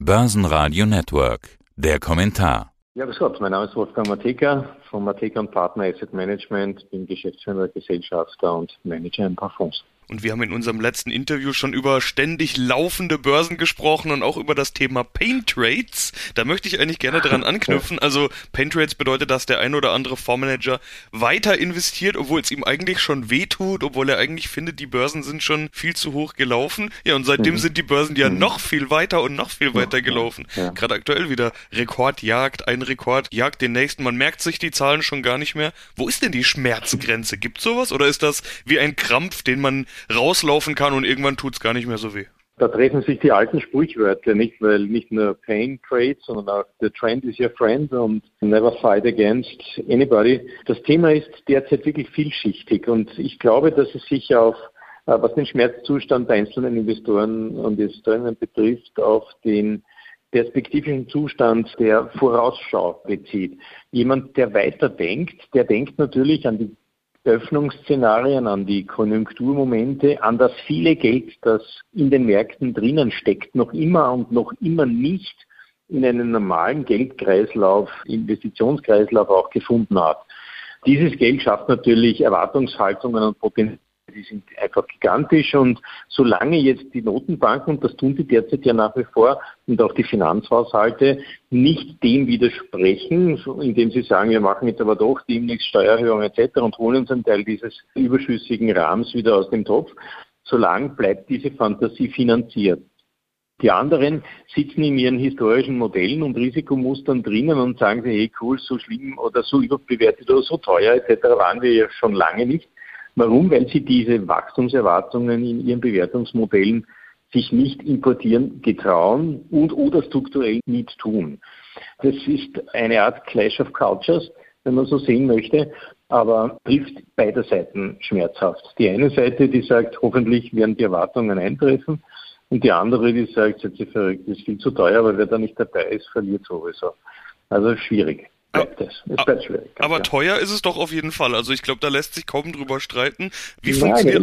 Börsenradio Network. Der Kommentar. Ja, grüß Gott, mein Name ist Wolfgang Matejka von Matejka & Partner Asset Management, bin Geschäftsführer, Gesellschafter und Manager ein paar Fonds. Und wir haben in unserem letzten Interview schon über ständig laufende Börsen gesprochen und auch über das Thema Pain Trades. Da möchte ich eigentlich gerne dran anknüpfen. Also Pain Trades bedeutet, dass der ein oder andere Fondsmanager weiter investiert, obwohl es ihm eigentlich schon wehtut, obwohl er eigentlich findet, die Börsen sind schon viel zu hoch gelaufen. Ja, und seitdem sind die Börsen ja noch viel weiter und noch viel weiter gelaufen. Ja. Gerade aktuell wieder Rekordjagd, ein Rekord jagt den nächsten. Man merkt sich die Zahlen schon gar nicht mehr. Wo ist denn die Schmerzgrenze? Gibt's sowas? Oder ist das wie ein Krampf, den man rauslaufen kann und irgendwann tut's gar nicht mehr so weh? Da treffen sich die alten Sprichwörter, nicht? Weil nicht nur Pain Trades, sondern auch The Trend is your friend und Never fight against anybody. Das Thema ist derzeit wirklich vielschichtig und ich glaube, dass es sich auf, was den Schmerzzustand der einzelnen Investoren und Investorinnen betrifft, auf den perspektivischen Zustand der Vorausschau bezieht. Jemand, der weiter denkt, der denkt natürlich an die Öffnungsszenarien, an die Konjunkturmomente, an das viele Geld, das in den Märkten drinnen steckt, noch immer und noch immer nicht in einen normalen Geldkreislauf, Investitionskreislauf auch gefunden hat. Dieses Geld schafft natürlich Erwartungshaltungen und Potenzial. Die sind einfach gigantisch und solange jetzt die Notenbanken, und das tun sie derzeit ja nach wie vor, und auch die Finanzhaushalte nicht dem widersprechen, indem sie sagen, wir machen jetzt aber doch demnächst Steuererhöhungen etc. und holen uns einen Teil dieses überschüssigen Rahmens wieder aus dem Topf, solange bleibt diese Fantasie finanziert. Die anderen sitzen in ihren historischen Modellen und Risikomustern drinnen und sagen sie, hey cool, so schlimm oder so überbewertet oder so teuer etc. waren wir ja schon lange nicht. Warum? Weil sie diese Wachstumserwartungen in ihren Bewertungsmodellen sich nicht importieren getrauen und oder strukturell nicht tun. Das ist eine Art Clash of Cultures, wenn man so sehen möchte, aber trifft beider Seiten schmerzhaft. Die eine Seite, die sagt, hoffentlich werden die Erwartungen eintreffen, und die andere, die sagt, seid ihr verrückt, das ist viel zu teuer, aber wer da nicht dabei ist, verliert sowieso. Also schwierig. Es bleibt schwierig. Aber ja. Teuer ist es doch auf jeden Fall. Also ich glaube, da lässt sich kaum drüber streiten. Wie Nein, funktioniert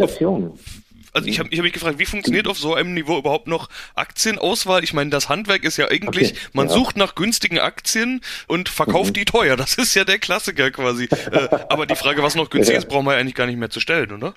ich habe mich gefragt, wie funktioniert auf so einem Niveau überhaupt noch Aktienauswahl? Ich meine, das Handwerk ist ja eigentlich, man sucht nach günstigen Aktien und verkauft die teuer. Das ist ja der Klassiker quasi. Aber die Frage, was noch günstig ist, brauchen wir eigentlich gar nicht mehr zu stellen, oder?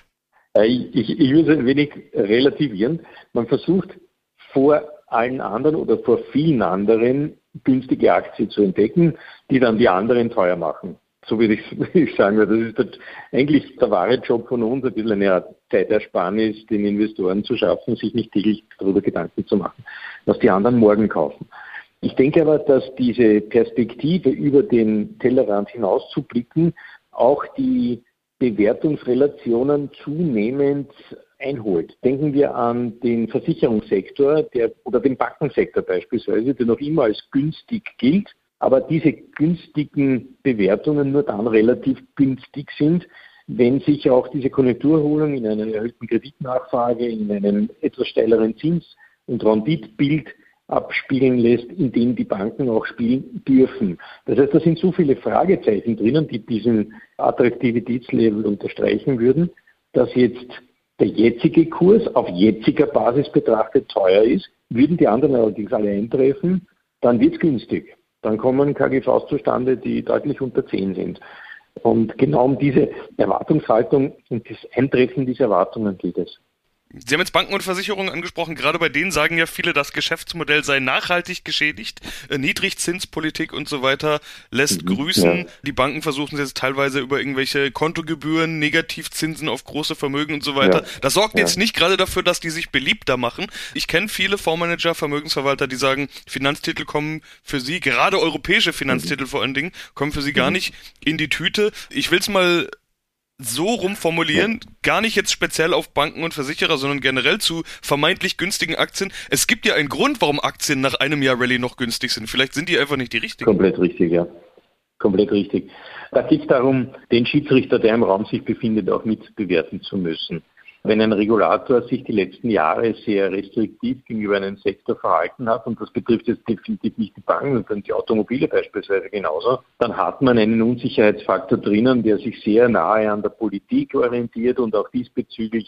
Ich würde es ein wenig relativieren. Man versucht vor allen anderen oder vor vielen anderen günstige Aktien zu entdecken, die dann die anderen teuer machen. So würde ich sagen. Das ist eigentlich der wahre Job von uns, ein bisschen eine Art Zeitersparnis, den Investoren zu schaffen, sich nicht täglich darüber Gedanken zu machen, was die anderen morgen kaufen. Ich denke aber, dass diese Perspektive über den Tellerrand hinaus zu blicken, auch die Bewertungsrelationen zunehmend einholt. Denken wir an den Versicherungssektor oder den Bankensektor beispielsweise, der noch immer als günstig gilt, aber diese günstigen Bewertungen nur dann relativ günstig sind, wenn sich auch diese Konjunkturerholung in einer erhöhten Kreditnachfrage, in einem etwas steileren Zins- und Renditbild abspielen lässt, in dem die Banken auch spielen dürfen. Das heißt, da sind so viele Fragezeichen drinnen, die diesen Attraktivitätslevel unterstreichen würden, dass jetzt der jetzige Kurs auf jetziger Basis betrachtet teuer ist, würden die anderen allerdings alle eintreffen, dann wird es günstig. Dann kommen KGVs zustande, die deutlich unter 10 sind. Und genau um diese Erwartungshaltung und das Eintreffen dieser Erwartungen geht es. Sie haben jetzt Banken und Versicherungen angesprochen. Gerade bei denen sagen ja viele, das Geschäftsmodell sei nachhaltig geschädigt. Niedrigzinspolitik und so weiter lässt grüßen. Ja. Die Banken versuchen es jetzt teilweise über irgendwelche Kontogebühren, Negativzinsen auf große Vermögen und so weiter. Ja. Das sorgt jetzt nicht gerade dafür, dass die sich beliebter machen. Ich kenne viele Fondsmanager, Vermögensverwalter, die sagen, Finanztitel kommen für sie, gerade europäische Finanztitel vor allen Dingen, kommen für sie gar nicht in die Tüte. Ich will es mal so rumformulieren, gar nicht jetzt speziell auf Banken und Versicherer, sondern generell zu vermeintlich günstigen Aktien. Es gibt ja einen Grund, warum Aktien nach einem Jahr Rallye noch günstig sind. Vielleicht sind die einfach nicht die richtigen. Komplett richtig, ja. Komplett richtig. Da geht es darum, den Schiedsrichter, der im Raum sich befindet, auch mit bewerten zu müssen. Wenn ein Regulator sich die letzten Jahre sehr restriktiv gegenüber einem Sektor verhalten hat, und das betrifft jetzt definitiv nicht die Banken, sondern die Automobile beispielsweise genauso, dann hat man einen Unsicherheitsfaktor drinnen, der sich sehr nahe an der Politik orientiert und auch diesbezüglich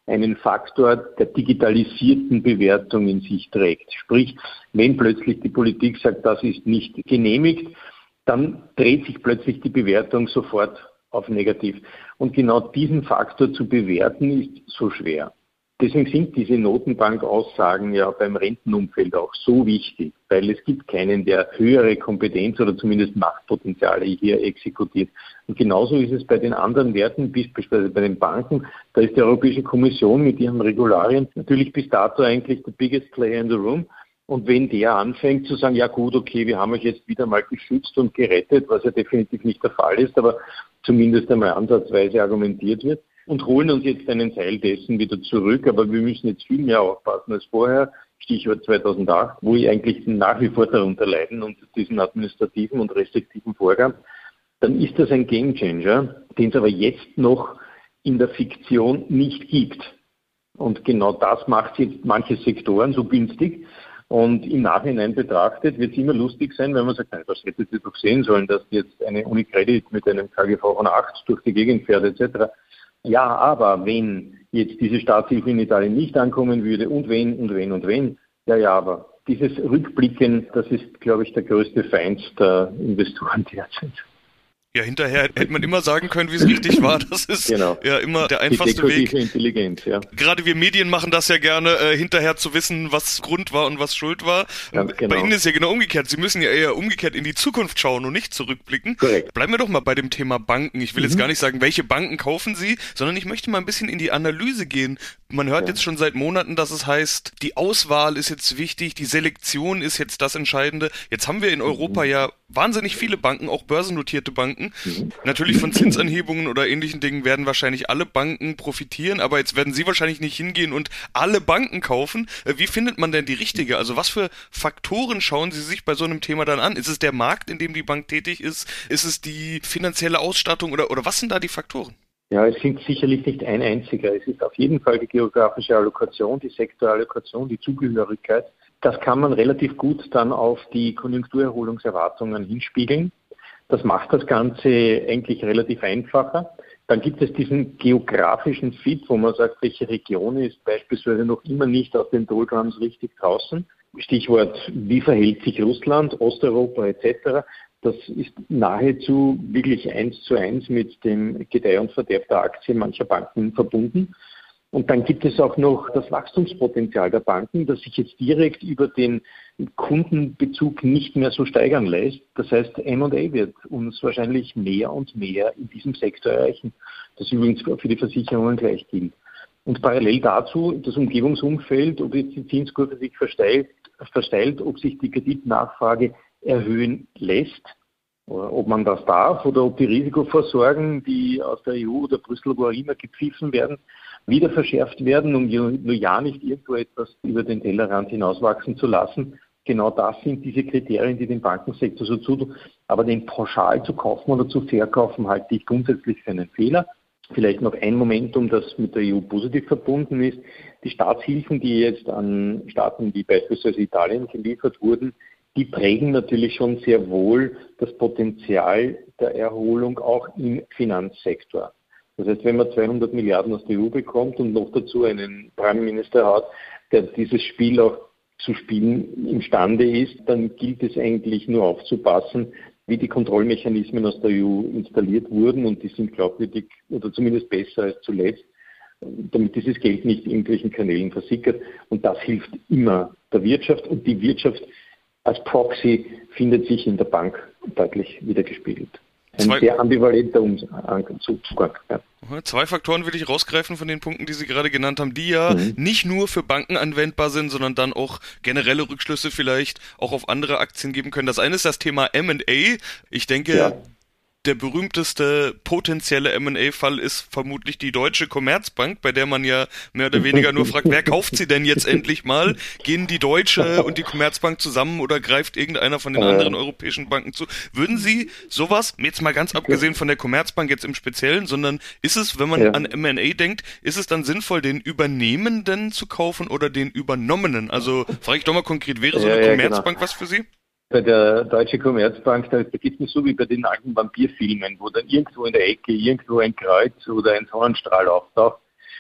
einen Faktor der digitalisierten Bewertung in sich trägt. Sprich, wenn plötzlich die Politik sagt, das ist nicht genehmigt, dann dreht sich plötzlich die Bewertung sofort auf negativ. Und genau diesen Faktor zu bewerten ist so schwer. Deswegen sind diese Notenbank-Aussagen ja beim Rentenumfeld auch so wichtig, weil es gibt keinen, der höhere Kompetenz oder zumindest Machtpotenziale hier exekutiert. Und genauso ist es bei den anderen Werten, beispielsweise bei den Banken. Da ist die Europäische Kommission mit ihren Regularien natürlich bis dato eigentlich the biggest player in the room. Und wenn der anfängt zu sagen, ja gut, okay, wir haben euch jetzt wieder mal geschützt und gerettet, was ja definitiv nicht der Fall ist, aber zumindest einmal ansatzweise argumentiert wird, und holen uns jetzt einen Teil dessen wieder zurück, aber wir müssen jetzt viel mehr aufpassen als vorher, Stichwort 2008, wo wir eigentlich nach wie vor darunter leiden unter diesen administrativen und restriktiven Vorgaben, dann ist das ein Gamechanger, den es aber jetzt noch in der Fiktion nicht gibt. Und genau das macht jetzt manche Sektoren so günstig. Und im Nachhinein betrachtet wird es immer lustig sein, wenn man sagt, nein, das hättet ihr doch sehen sollen, dass jetzt eine Unicredit mit einem KGV von 8 durch die Gegend fährt etc. Ja, aber wenn jetzt diese Staatshilfe in Italien nicht ankommen würde und wenn, ja, aber dieses Rückblicken, das ist, glaube ich, der größte Feind der Investoren derzeit. Ja, hinterher hätte man immer sagen können, wie es richtig war. Das ist ja immer der einfachste Weg. Intelligenz, ja. Gerade wir Medien machen das ja gerne, hinterher zu wissen, was Grund war und was Schuld war. Genau. Bei Ihnen ist ja genau umgekehrt. Sie müssen ja eher umgekehrt in die Zukunft schauen und nicht zurückblicken. Korrekt. Bleiben wir doch mal bei dem Thema Banken. Ich will jetzt gar nicht sagen, welche Banken kaufen Sie, sondern ich möchte mal ein bisschen in die Analyse gehen. Man hört jetzt schon seit Monaten, dass es heißt, die Auswahl ist jetzt wichtig, die Selektion ist jetzt das Entscheidende. Jetzt haben wir in Europa ja wahnsinnig viele Banken, auch börsennotierte Banken. Natürlich von Zinsanhebungen oder ähnlichen Dingen werden wahrscheinlich alle Banken profitieren, aber jetzt werden Sie wahrscheinlich nicht hingehen und alle Banken kaufen. Wie findet man denn die richtige? Also was für Faktoren schauen Sie sich bei so einem Thema dann an? Ist es der Markt, in dem die Bank tätig ist? Ist es die finanzielle Ausstattung oder was sind da die Faktoren? Ja, es sind sicherlich nicht ein einziger. Es ist auf jeden Fall die geografische Allokation, die Sektorallokation, die Zugehörigkeit. Das kann man relativ gut dann auf die Konjunkturerholungserwartungen hinspiegeln. Das macht das Ganze eigentlich relativ einfacher. Dann gibt es diesen geografischen Fit, wo man sagt, welche Region ist beispielsweise noch immer nicht aus den Doldrums richtig draußen. Stichwort, wie verhält sich Russland, Osteuropa etc. Das ist nahezu wirklich 1:1 mit dem Gedeih und Verderb der Aktien mancher Banken verbunden. Und dann gibt es auch noch das Wachstumspotenzial der Banken, das sich jetzt direkt über den Kundenbezug nicht mehr so steigern lässt. Das heißt, M&A wird uns wahrscheinlich mehr und mehr in diesem Sektor erreichen. Das übrigens für die Versicherungen gleich gilt. Und parallel dazu das Umgebungsumfeld, ob jetzt die Zinskurve sich versteilt, ob sich die Kreditnachfrage erhöhen lässt, oder ob man das darf, oder ob die Risikovorsorgen, die aus der EU oder Brüssel, wo auch immer gepfiffen werden, wieder verschärft werden, um nur ja nicht irgendwo etwas über den Tellerrand hinauswachsen zu lassen. Genau das sind diese Kriterien, die dem Bankensektor so zutun. Aber den pauschal zu kaufen oder zu verkaufen, halte ich grundsätzlich für einen Fehler. Vielleicht noch ein Momentum, das mit der EU positiv verbunden ist. Die Staatshilfen, die jetzt an Staaten wie beispielsweise Italien geliefert wurden, die prägen natürlich schon sehr wohl das Potenzial der Erholung auch im Finanzsektor. Das heißt, wenn man 200 Milliarden aus der EU bekommt und noch dazu einen Prime Minister hat, der dieses Spiel auch zu spielen imstande ist, dann gilt es eigentlich nur aufzupassen, wie die Kontrollmechanismen aus der EU installiert wurden, und die sind glaubwürdig oder zumindest besser als zuletzt, damit dieses Geld nicht in irgendwelchen Kanälen versickert. Und das hilft immer der Wirtschaft, und die Wirtschaft als Proxy findet sich in der Bank deutlich wiedergespiegelt. Ein sehr ambivalenter Zugang. Ja. 2 Faktoren will ich rausgreifen von den Punkten, die Sie gerade genannt haben, die ja nicht nur für Banken anwendbar sind, sondern dann auch generelle Rückschlüsse vielleicht auch auf andere Aktien geben können. Das eine ist das Thema M&A. Ich denke, der berühmteste potenzielle M&A-Fall ist vermutlich die Deutsche Commerzbank, bei der man ja mehr oder weniger nur fragt, wer kauft sie denn jetzt endlich mal? Gehen die Deutsche und die Commerzbank zusammen oder greift irgendeiner von den anderen europäischen Banken zu? Würden Sie sowas, jetzt mal ganz abgesehen von der Commerzbank jetzt im Speziellen, sondern ist es, wenn man an M&A denkt, ist es dann sinnvoll, den Übernehmenden zu kaufen oder den Übernommenen? Also frage ich doch mal konkret, wäre so eine Commerzbank was für Sie? Bei der Deutsche Commerzbank, da gibt es so wie bei den alten Vampirfilmen, wo dann irgendwo in der Ecke irgendwo ein Kreuz oder ein Sonnenstrahl auftaucht.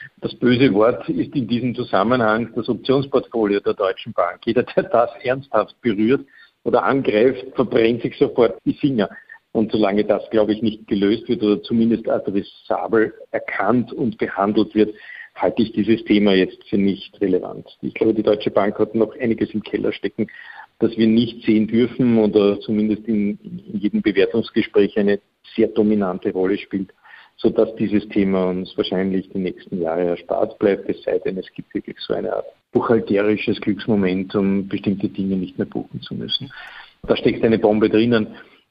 Das böse Wort ist in diesem Zusammenhang das Optionsportfolio der Deutschen Bank. Jeder, der das ernsthaft berührt oder angreift, verbrennt sich sofort die Finger. Und solange das, glaube ich, nicht gelöst wird oder zumindest adressabel erkannt und behandelt wird, halte ich dieses Thema jetzt für nicht relevant. Ich glaube, die Deutsche Bank hat noch einiges im Keller stecken, das wir nicht sehen dürfen oder zumindest in jedem Bewertungsgespräch eine sehr dominante Rolle spielt, sodass dieses Thema uns wahrscheinlich die nächsten Jahre erspart bleibt, es sei denn, es gibt wirklich so eine Art buchhalterisches Glücksmoment, um bestimmte Dinge nicht mehr buchen zu müssen. Da steckt eine Bombe drinnen,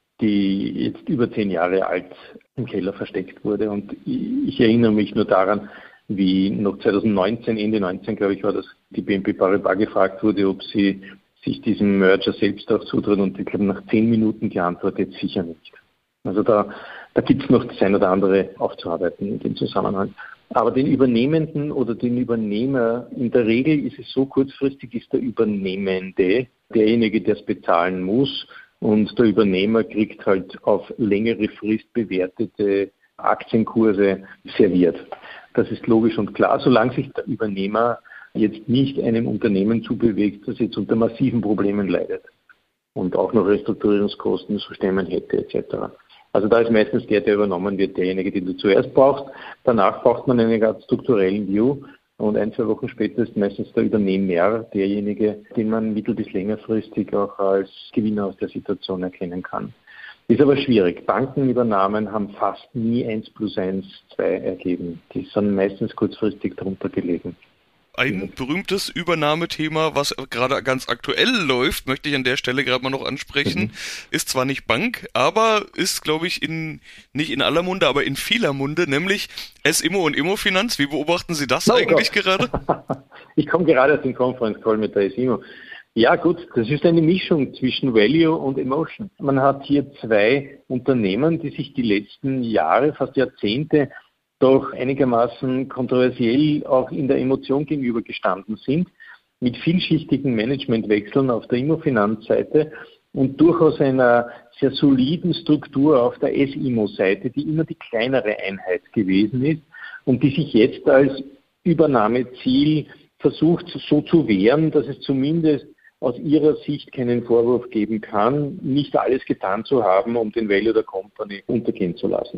die jetzt über 10 Jahre alt im Keller versteckt wurde. Und ich erinnere mich nur daran, wie noch 2019, Ende 19, glaube ich, war das, die BNP Paribas gefragt wurde, ob sie sich diesem Merger selbst auch zutraut. Und ich glaube, nach 10 Minuten geantwortet, sicher nicht. Also da gibt es noch das ein oder andere aufzuarbeiten in dem Zusammenhang. Aber den Übernehmenden oder den Übernehmer, in der Regel ist es so, kurzfristig ist der Übernehmende derjenige, der es bezahlen muss. Und der Übernehmer kriegt halt auf längere Frist bewertete Aktienkurse serviert. Das ist logisch und klar, solange sich der Übernehmer jetzt nicht einem Unternehmen zubewegt, das jetzt unter massiven Problemen leidet und auch noch Restrukturierungskosten zu stemmen hätte etc. Also da ist meistens der übernommen wird, derjenige, den du zuerst brauchst. Danach braucht man einen ganz strukturellen View und 1-2 Wochen später ist meistens der Übernehmer derjenige, den man mittel- bis längerfristig auch als Gewinner aus der Situation erkennen kann. Ist aber schwierig. Bankenübernahmen haben fast nie 1+1 2 ergeben. Die sind meistens kurzfristig drunter gelegen. Ein berühmtes Übernahmethema, was gerade ganz aktuell läuft, möchte ich an der Stelle gerade mal noch ansprechen, ist zwar nicht Bank, aber ist, glaube ich, nicht in aller Munde, aber in vieler Munde, nämlich S-Immo und Immofinanz. Wie beobachten Sie das eigentlich gerade? Ich komme gerade aus dem Conference Call mit der S-Immo. Ja gut, das ist eine Mischung zwischen Value und Emotion. Man hat hier 2 Unternehmen, die sich die letzten Jahre, fast Jahrzehnte, doch einigermaßen kontroversiell auch in der Emotion gegenübergestanden sind, mit vielschichtigen Managementwechseln auf der Immofinanz-Seite und durchaus einer sehr soliden Struktur auf der S-Immo-Seite, die immer die kleinere Einheit gewesen ist und die sich jetzt als Übernahmeziel versucht so zu wehren, dass es zumindest aus ihrer Sicht keinen Vorwurf geben kann, nicht alles getan zu haben, um den Value der Company nicht untergehen zu lassen.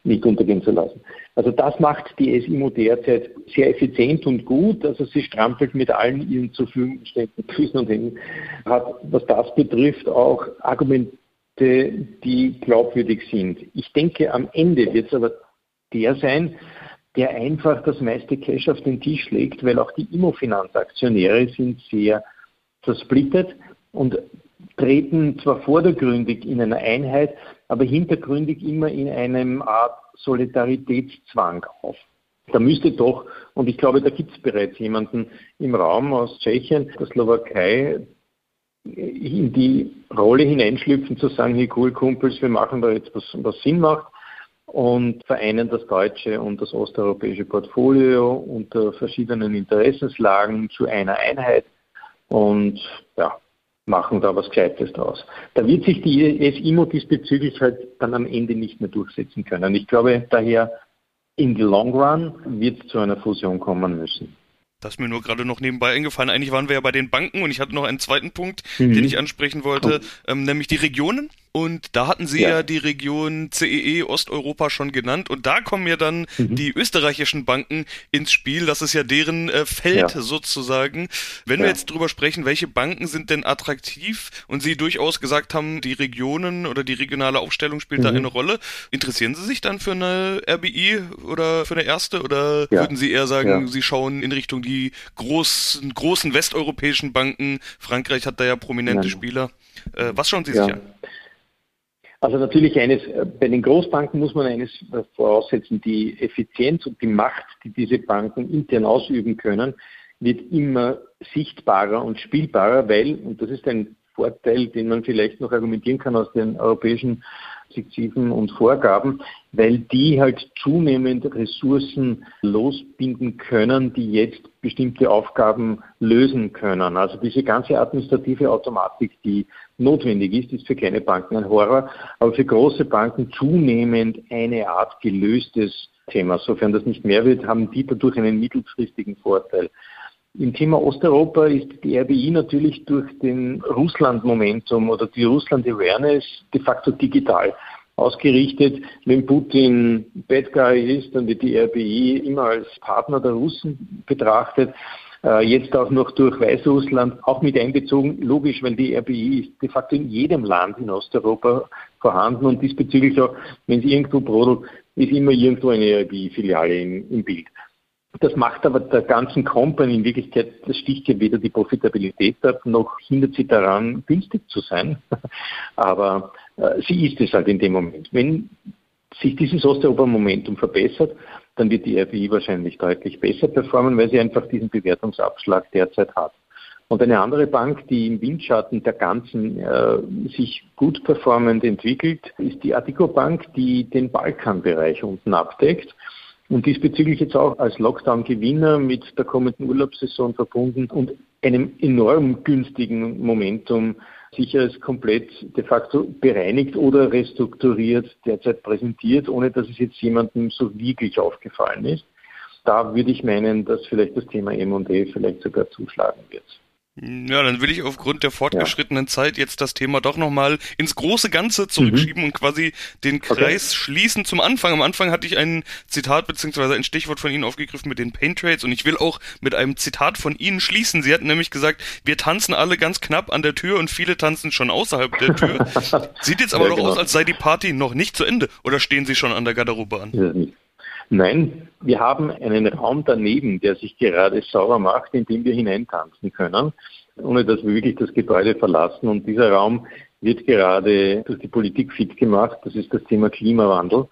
Also das macht die S-Immo derzeit sehr effizient und gut. Also sie strampelt mit allen ihren zur Verfügung gestellten Füßen und Händen, hat, was das betrifft, auch Argumente, die glaubwürdig sind. Ich denke, am Ende wird es aber der sein, der einfach das meiste Cash auf den Tisch legt, weil auch die Immofinanz-Aktionäre sind sehr zersplittert und treten zwar vordergründig in einer Einheit, aber hintergründig immer in einem Art Solidaritätszwang auf. Da müsste doch, und ich glaube, da gibt es bereits jemanden im Raum aus Tschechien, der Slowakei, in die Rolle hineinschlüpfen, zu sagen, hey cool Kumpels, wir machen da jetzt was Sinn macht und vereinen das deutsche und das osteuropäische Portfolio unter verschiedenen Interessenslagen zu einer Einheit und ja, machen da was Gescheites draus. Da wird sich die S-Immo diesbezüglich halt dann am Ende nicht mehr durchsetzen können. Ich glaube daher, in the long run wird es zu einer Fusion kommen müssen. Das ist mir nur gerade noch nebenbei eingefallen. Eigentlich waren wir ja bei den Banken und ich hatte noch einen zweiten Punkt, den ich ansprechen wollte, nämlich die Regionen. Und da hatten Sie ja die Region CEE Osteuropa schon genannt und da kommen ja dann die österreichischen Banken ins Spiel. Das ist ja deren Feld sozusagen. Wenn wir jetzt drüber sprechen, welche Banken sind denn attraktiv und Sie durchaus gesagt haben, die Regionen oder die regionale Aufstellung spielt da eine Rolle. Interessieren Sie sich dann für eine RBI oder für eine erste oder würden Sie eher sagen, Sie schauen in Richtung die großen westeuropäischen Banken? Frankreich hat da ja prominente Spieler. Was schauen Sie sich an? Also natürlich bei den Großbanken muss man eines voraussetzen, die Effizienz und die Macht, die diese Banken intern ausüben können, wird immer sichtbarer und spielbarer, weil, und das ist ein Vorteil, den man vielleicht noch argumentieren kann aus den europäischen Direktiven und Vorgaben, weil die halt zunehmend Ressourcen losbinden können, die jetzt bestimmte Aufgaben lösen können. Also diese ganze administrative Automatik, die notwendig ist für kleine Banken ein Horror, aber für große Banken zunehmend eine Art gelöstes Thema. Sofern das nicht mehr wird, haben die dadurch einen mittelfristigen Vorteil. Im Thema Osteuropa ist die RBI natürlich durch den Russland-Momentum oder die Russland-Awareness de facto digital ausgerichtet. Wenn Putin Bad Guy ist, dann wird die RBI immer als Partner der Russen betrachtet. Jetzt auch noch durch Weißrussland auch mit einbezogen. Logisch, weil die RBI ist de facto in jedem Land in Osteuropa vorhanden und diesbezüglich auch, wenn es irgendwo brodelt, ist immer irgendwo eine RBI-Filiale im Bild. Das macht aber der ganzen Company in Wirklichkeit, das sticht ja weder die Profitabilität ab, noch hindert sie daran, günstig zu sein. Aber sie ist es halt in dem Moment. Wenn sich dieses Osteuropa-Momentum verbessert, dann wird die RBI wahrscheinlich deutlich besser performen, weil sie einfach diesen Bewertungsabschlag derzeit hat. Und eine andere Bank, die im Windschatten der ganzen sich gut performend entwickelt, ist die Addiko Bank, die den Balkanbereich unten abdeckt. Und diesbezüglich jetzt auch als Lockdown-Gewinner mit der kommenden Urlaubssaison verbunden und einem enorm günstigen Momentum sicher als komplett de facto bereinigt oder restrukturiert derzeit präsentiert, ohne dass es jetzt jemandem so wirklich aufgefallen ist. Da würde ich meinen, dass vielleicht das Thema M&A vielleicht sogar zuschlagen wird. Ja, dann will ich aufgrund der fortgeschrittenen Zeit jetzt das Thema doch nochmal ins große Ganze zurückschieben und quasi den Kreis schließen zum Anfang. Am Anfang hatte ich ein Zitat bzw. ein Stichwort von Ihnen aufgegriffen mit den Pain Trades und ich will auch mit einem Zitat von Ihnen schließen. Sie hatten nämlich gesagt, wir tanzen alle ganz knapp an der Tür und viele tanzen schon außerhalb der Tür. Sieht jetzt aber doch aus, als sei die Party noch nicht zu Ende. Oder stehen Sie schon an der Garderobe an? Ja, nein, wir haben einen Raum daneben, der sich gerade sauber macht, in den wir hineintanzen können, ohne dass wir wirklich das Gebäude verlassen. Und dieser Raum wird gerade durch die Politik fit gemacht. Das ist das Thema Klimawandel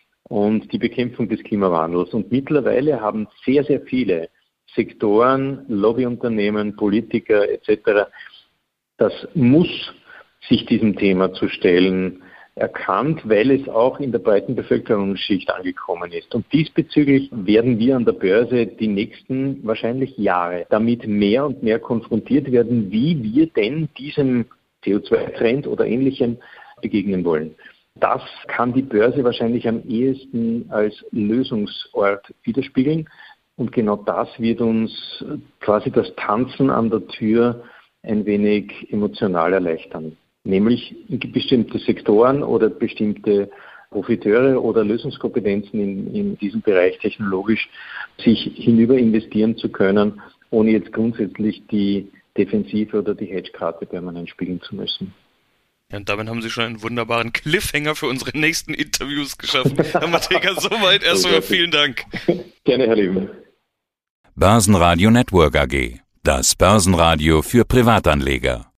und die Bekämpfung des Klimawandels. Und mittlerweile haben sehr, sehr viele Sektoren, Lobbyunternehmen, Politiker etc. das Muss, sich diesem Thema zu stellen, erkannt, weil es auch in der breiten Bevölkerungsschicht angekommen ist. Und diesbezüglich werden wir an der Börse die nächsten wahrscheinlich Jahre damit mehr und mehr konfrontiert werden, wie wir denn diesem CO2-Trend oder Ähnlichem begegnen wollen. Das kann die Börse wahrscheinlich am ehesten als Lösungsort widerspiegeln. Und genau das wird uns quasi das Tanzen an der Tür ein wenig emotional erleichtern. Nämlich in bestimmte Sektoren oder bestimmte Profiteure oder Lösungskompetenzen in diesem Bereich technologisch sich hinüber investieren zu können, ohne jetzt grundsätzlich die Defensive oder die Hedge-Karte permanent spielen zu müssen. Ja, und damit haben Sie schon einen wunderbaren Cliffhanger für unsere nächsten Interviews geschaffen. Herr Matejka, soweit erstmal vielen Dank. Gerne, Herr Lieben. Börsenradio Network AG, das Börsenradio für Privatanleger.